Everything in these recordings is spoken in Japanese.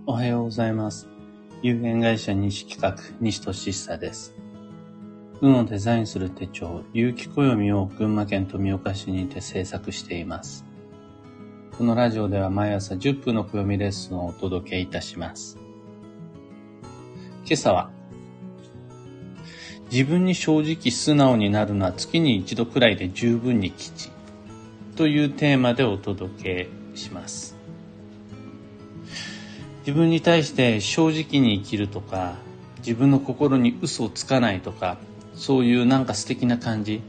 おはようございます。有限会社西企画西俊久です。運をデザインする手帳有機暦を群馬県富岡市にて制作しています。このラジオでは毎朝10分の暦レッスンをお届けいたします。今朝は自分に正直素直になるのは月に一度くらいで十分に吉というテーマでお届けします。自分に対して正直に生きるとか、自分の心に嘘をつかないとか、そういうなんか素敵な感じ、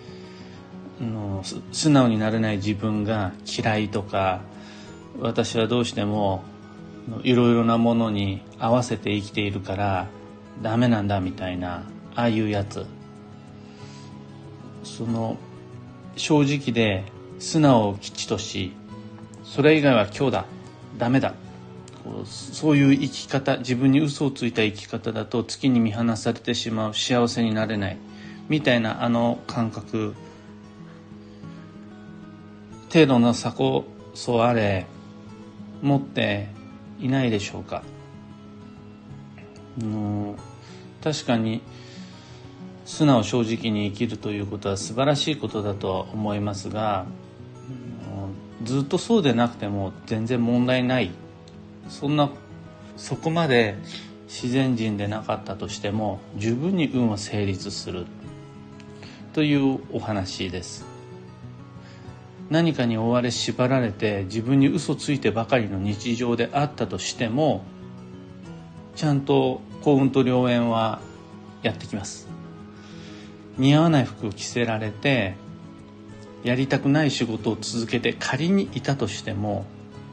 素直になれない自分が嫌いとか、私はどうしてもいろいろなものに合わせて生きているからダメなんだみたいな、ああいうやつ、その正直で素直を吉とし、それ以外は今日だ、ダメだ、そういう生き方、自分に嘘をついた生き方だと月に見放されてしまう、幸せになれないみたいな感覚、程度の差こそあれ持っていないでしょうか。確かに素直正直に生きるということは素晴らしいことだとは思いますが、ずっとそうでなくても全然問題ない。そこまで自然人でなかったとしても十分に運は成立するというお話です。何かに追われ縛られて自分に嘘ついてばかりの日常であったとしても、ちゃんと幸運と良縁はやってきます。似合わない服を着せられてやりたくない仕事を続けて仮にいたとしても、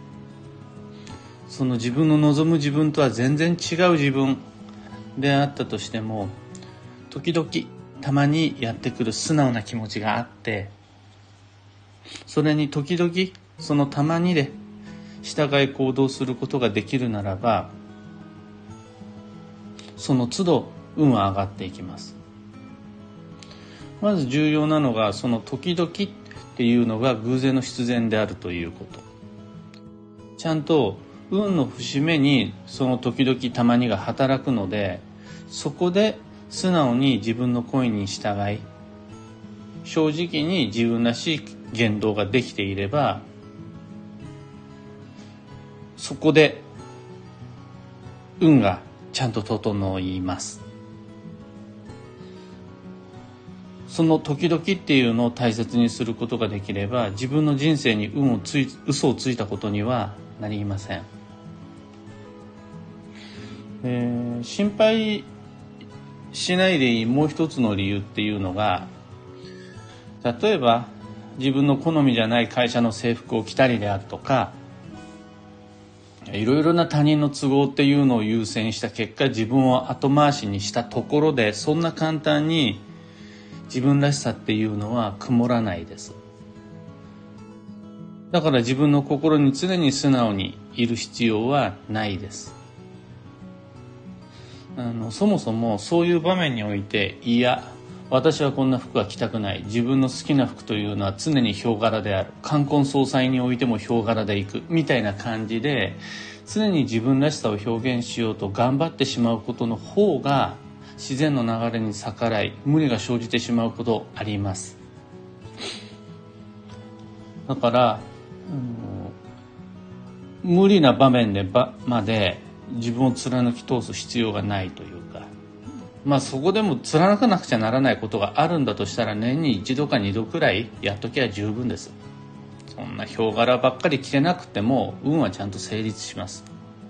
その自分の望む自分とは全然違う自分であったとしても、時々たまにやってくる素直な気持ちがあって、それに時々そのたまにで従い行動することができるならば、その都度運は上がっていきます。まず重要なのが、その時々っていうのが偶然の必然であるということ。ちゃんと運の節目にその時々たまにが働くので、そこで素直に自分の声に従い、正直に自分らしい言動ができていれば、そこで運がちゃんと整います。その時々っていうのを大切にすることができれば、自分の人生に嘘をついたことにはなりません。心配しないでいいもう一つの理由っていうのが、例えば自分の好みじゃない会社の制服を着たりであるとか、いろいろな他人の都合っていうのを優先した結果、自分を後回しにしたところで、そんな簡単に自分らしさっていうのは曇らないです。だから自分の心に常に素直にいる必要はないです。そもそもそういう場面において、いや、私はこんな服は着たくない、自分の好きな服というのは常にヒョウ柄である、冠婚葬祭においてもヒョウ柄でいくみたいな感じで、常に自分らしさを表現しようと頑張ってしまうことの方が自然の流れに逆らい、無理が生じてしまうことあります。だから、無理な場面でまで自分を貫き通す必要がないというか、そこでも貫かなくちゃならないことがあるんだとしたら、年に一度か二度くらいやっときゃ十分です。そんなヒョウ柄ばっかり着てなくても運はちゃんと成立します。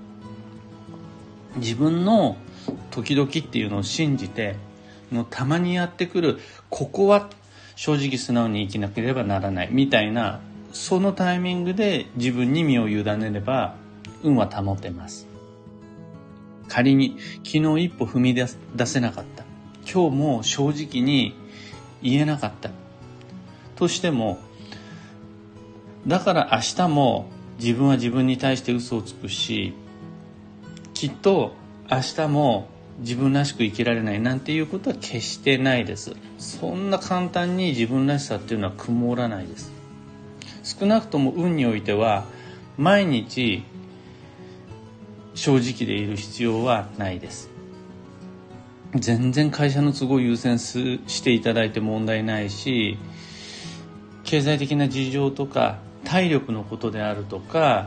自分の時々っていうのを信じて、たまにやってくる、ここは正直素直に生きなければならないみたいな、そのタイミングで自分に身を委ねれば運は保てます。仮に昨日一歩踏み出せなかった、今日も正直に言えなかったとしても、だから明日も自分は自分に対して嘘をつくし、きっと明日も自分らしく生きられないなんていうことは決してないです。そんな簡単に自分らしさっていうのは曇らないです。少なくとも運においては毎日正直でいる必要はないです。全然会社の都合を優先していただいて問題ないし、経済的な事情とか体力のことであるとか、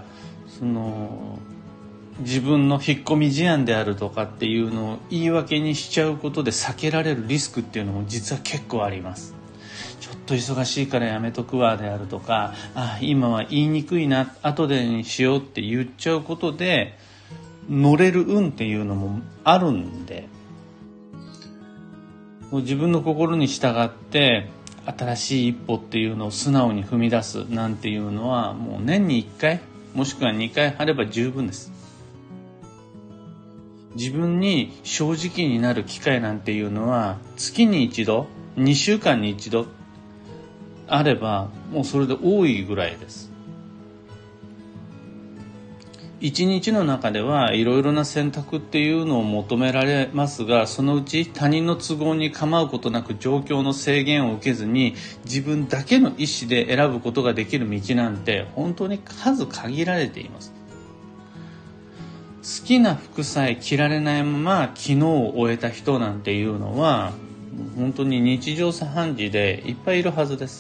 自分の引っ込み思案であるとかっていうのを言い訳にしちゃうことで避けられるリスクっていうのも実は結構あります。ちょっと忙しいからやめとくわであるとか、今は言いにくいな、後でにしようって言っちゃうことで乗れる運っていうのもあるんで、自分の心に従って新しい一歩っていうのを素直に踏み出すなんていうのは、もう年に1回もしくは2回あれば十分です。自分に正直になる機会なんていうのは月に一度、2週間に一度あればもうそれで多いぐらいです。一日の中ではいろいろな選択っていうのを求められますが、そのうち他人の都合に構うことなく状況の制限を受けずに自分だけの意思で選ぶことができる道なんて本当に数限られています。好きな服さえ着られないまま昨日を終えた人なんていうのは本当に日常茶飯事でいっぱいいるはずです。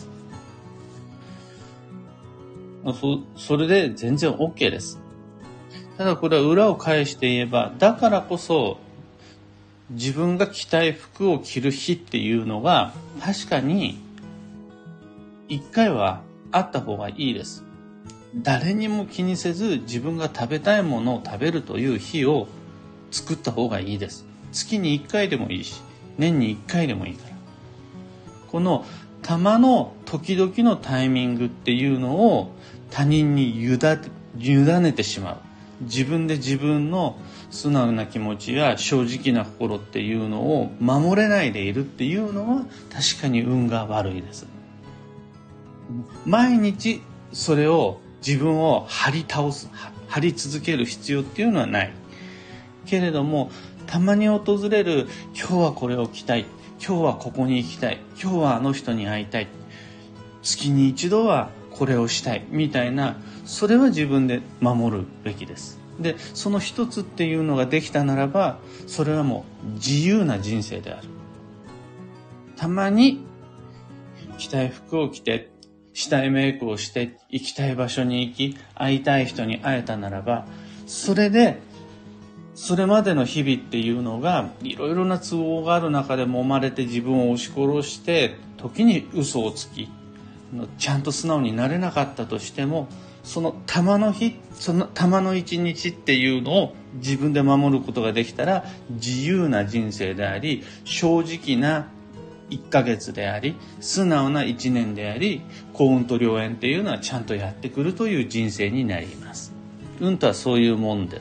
それで全然 OK です。ただこれは裏を返して言えば、だからこそ自分が着たい服を着る日っていうのが確かに一回はあった方がいいです。誰にも気にせず自分が食べたいものを食べるという日を作った方がいいです。月に1回でもいいし、年に1回でもいいから。このたまの時々のタイミングっていうのを他人に委ねてしまう。自分で自分の素直な気持ちや正直な心っていうのを守れないでいるっていうのは確かに運が悪いです。毎日それを自分を張り続ける必要っていうのはないけれども、たまに訪れる今日はこれを着たい、今日はここに行きたい、今日はあの人に会いたい、月に一度はこれをしたいみたいな、それは自分で守るべきです。で、その一つっていうのができたならば、それはもう自由な人生である。たまに着たい服を着て、したいメイクをして、行きたい場所に行き、会いたい人に会えたならば、それでそれまでの日々っていうのがいろいろな都合がある中で揉まれて自分を押し殺して、時に嘘をつき、ちゃんと素直になれなかったとしても、そのたまの日、そのたまの一日っていうのを自分で守ることができたら、自由な人生であり、正直な1ヶ月であり、素直な1年であり、幸運と良縁っていうのはちゃんとやってくるという人生になります。運とはそういうもんです。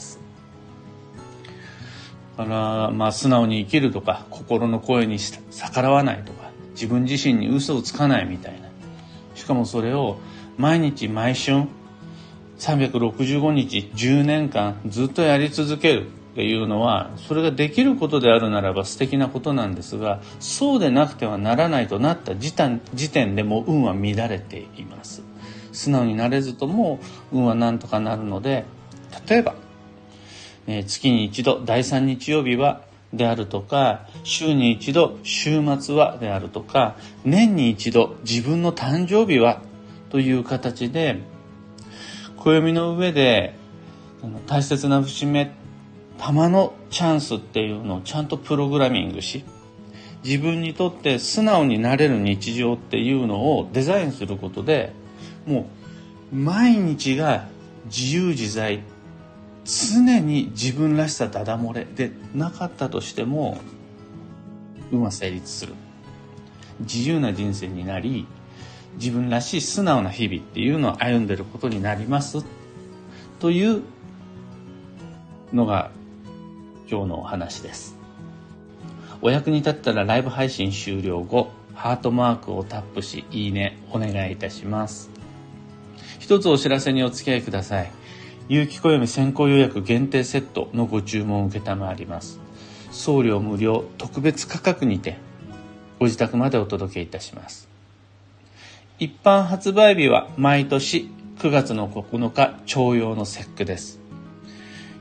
だから素直に生きるとか、心の声に逆らわないとか、自分自身に嘘をつかないみたいな。しかもそれを毎日毎春365日10年間ずっとやり続けるっていうのは、それができることであるならば素敵なことなんですが、そうでなくてはならないとなった時点でもう運は乱れています。素直になれずとも運はなんとかなるので、例えば、月に一度第3日曜日はであるとか、週に一度週末はであるとか、年に一度自分の誕生日はという形で、暦の上で大切な節目、たまのチャンスっていうのをちゃんとプログラミングし、自分にとって素直になれる日常っていうのをデザインすることで、もう毎日が自由自在、常に自分らしさダダ漏れでなかったとしても運は成立する。自由な人生になり、自分らしい素直な日々っていうのを歩んでいることになりますというのが今日のお話です。お役に立ったらライブ配信終了後、ハートマークをタップし、いいねお願いいたします。一つお知らせにお付き合いください。有機暦先行予約限定セットのご注文を受けたまわります。送料無料特別価格にてご自宅までお届けいたします。一般発売日は毎年9月の9日徴用の節句です。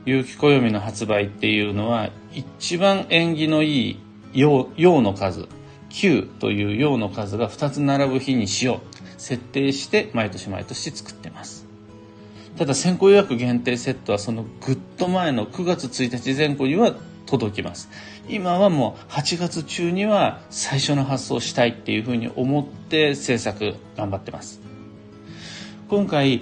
有機暦の発売っていうのは一番縁起のいい陽の数9という陽の数が2つ並ぶ日にしよう設定して毎年毎年作ってます。ただ先行予約限定セットはそのぐっと前の9月1日前後には届きます。今はもう8月中には最初の発送したいっていうふうに思って制作頑張ってます。今回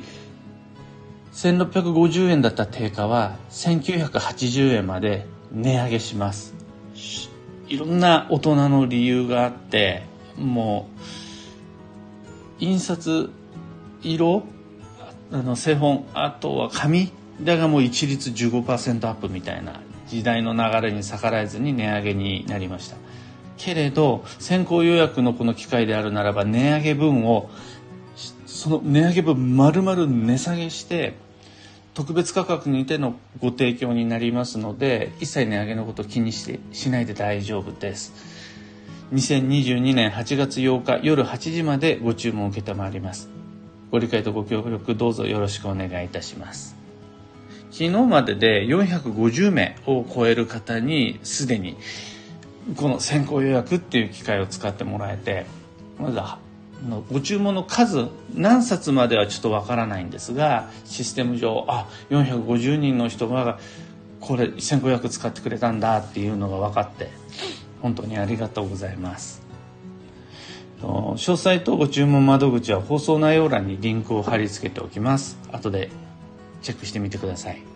1650円だった定価は1980円まで値上げします。いろんな大人の理由があって、もう印刷色製本、あとは紙だがもう一律 15% アップみたいな時代の流れに逆らえずに値上げになりました。けれど先行予約のこの機会であるならば値上げ分をその値上げ分丸々値下げして特別価格にてのご提供になりますので、一切値上げのことを気にしないで大丈夫です。2022年8月8日夜8時までご注文を承ります。ご理解とご協力どうぞよろしくお願いいたします。昨日までで450名を超える方にすでにこの先行予約っていう機会を使ってもらえて、まずはご注文の数何冊まではちょっとわからないんですが、システム上450人の人がこれ先行予約使ってくれたんだっていうのが分かって本当にありがとうございます。詳細とご注文窓口は放送内容欄にリンクを貼り付けておきます。後でチェックしてみてください。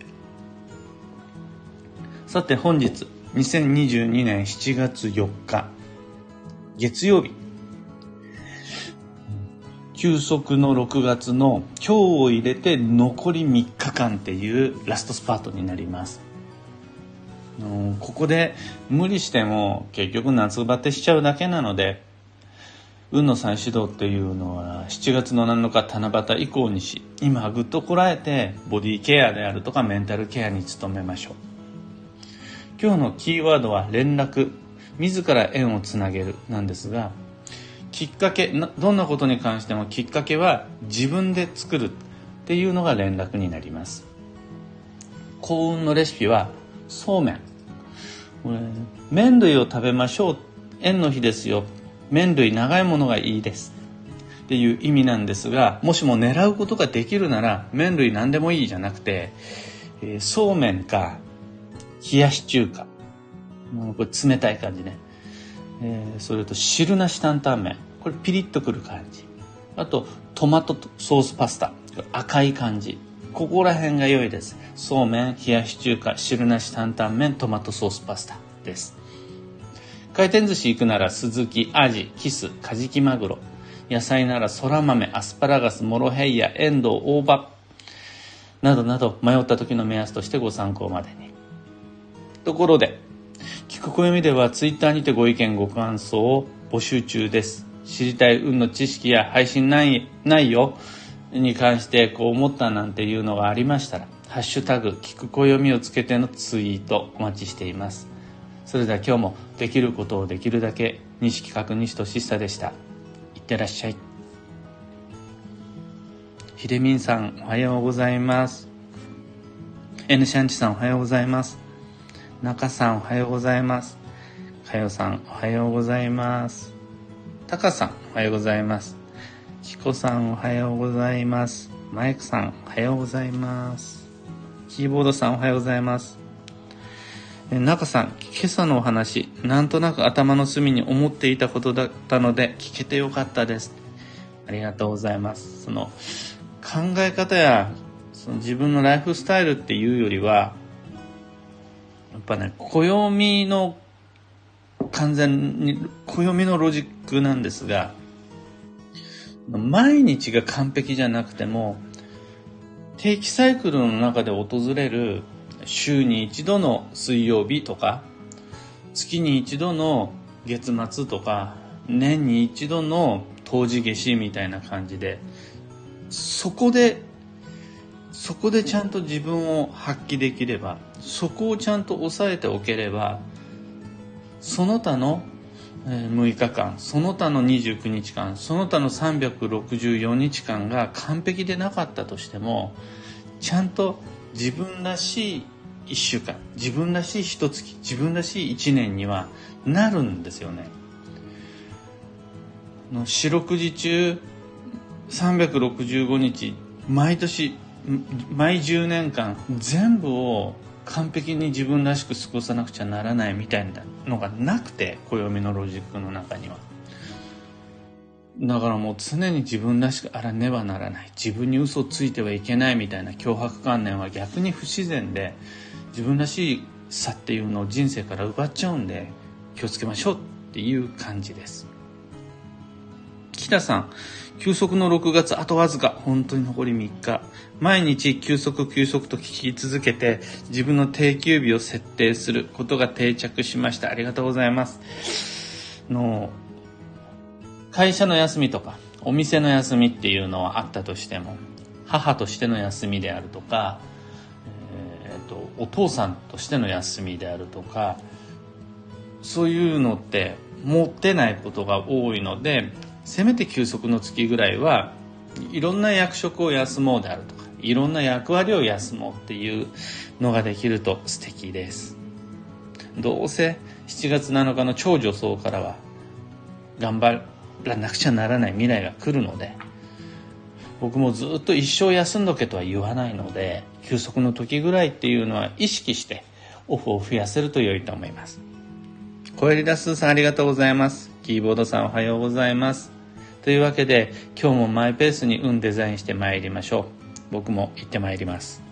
さて本日2022年7月4日月曜日、休息の6月の今日を入れて残り3日間っていうラストスパートになります。ここで無理しても結局夏バテしちゃうだけなので、運の再始動っていうのは7月の7日七夕以降にし、今はぐっとこらえてボディケアであるとかメンタルケアに努めましょう。今日のキーワードは連絡、自ら縁をつなげるなんですが、きっかけ、どんなことに関してもきっかけは自分で作るっていうのが連絡になります。幸運のレシピはそうめん。麺類を食べましょう、縁の日ですよ、麺類長いものがいいですっていう意味なんですが、もしも狙うことができるなら麺類何でもいいじゃなくて、そうめんか冷やし中華、これ冷たい感じね、それと汁なし担々麺、これピリッとくる感じ、あとトマトソースパスタ、赤い感じ、ここら辺が良いです。そうめん、冷やし中華、汁なし担々麺、トマトソースパスタです。回転寿司行くならスズキ、アジ、キス、カジキマグロ、野菜ならそら豆、アスパラガス、モロヘイヤ、エンドウ、大葉などなど、迷った時の目安としてご参考までに。ところで聞く暦ではツイッターにてご意見ご感想を募集中です。知りたい運の知識や配信内容に関してこう思ったなんていうのがありましたら、ハッシュタグ聞く暦をつけてのツイートお待ちしています。それでは今日もできることをできるだけ、西企画西俊久でした。いってらっしゃい。ひでみんさんおはようございます。N シャンチさんおはようございます。中さんおはようございます。かよさんおはようございます。たかさんおはようございます。きこさんおはようございます。マイクさんおはようございます。キーボードさんおはようございます。中さん、今朝のお話、なんとなく頭の隅に思っていたことだったので聞けてよかったです。ありがとうございます。その考え方やその自分のライフスタイルっていうよりは、やっぱね、暦の完全に暦のロジックなんですが、毎日が完璧じゃなくても定期サイクルの中で訪れる週に一度の水曜日とか、月に一度の月末とか、年に一度の冬至夏至みたいな感じで、そこでちゃんと自分を発揮できれば、そこをちゃんと抑えておければ、その他の6日間、その他の29日間、その他の364日間が完璧でなかったとしても、ちゃんと自分らしい 1週間、自分らしい1月、自分らしい1年にはなるんですよね。四六時中365日、毎年、毎10年間全部を完璧に自分らしく過ごさなくちゃならないみたいなのがなくて、暦のロジックの中には。だからもう常に自分らしくあらねばならない、自分に嘘をついてはいけないみたいな強迫観念は逆に不自然で、自分らしさっていうのを人生から奪っちゃうんで、気をつけましょうっていう感じです。北さん、休息の6月あとわずか、本当に残り3日、毎日休息と聞き続けて自分の定休日を設定することが定着しました。ありがとうございます。会社の休みとかお店の休みっていうのはあったとしても、母としての休みであるとか、お父さんとしての休みであるとか、そういうのって持ってないことが多いので、せめて休息の月ぐらいはいろんな役職を休もうであるとか、いろんな役割を休もうっていうのができると素敵です。どうせ7月7日の超女装からは頑張らなくちゃならない未来が来るので、僕もずっと一生休んどけとは言わないので、休息の時ぐらいっていうのは意識してオフを増やせると良いと思います。小エリダスーさん、ありがとうございます。キーボードさん、おはようございます。というわけで今日もマイペースにデザインしてまいりましょう。僕も行ってまいります。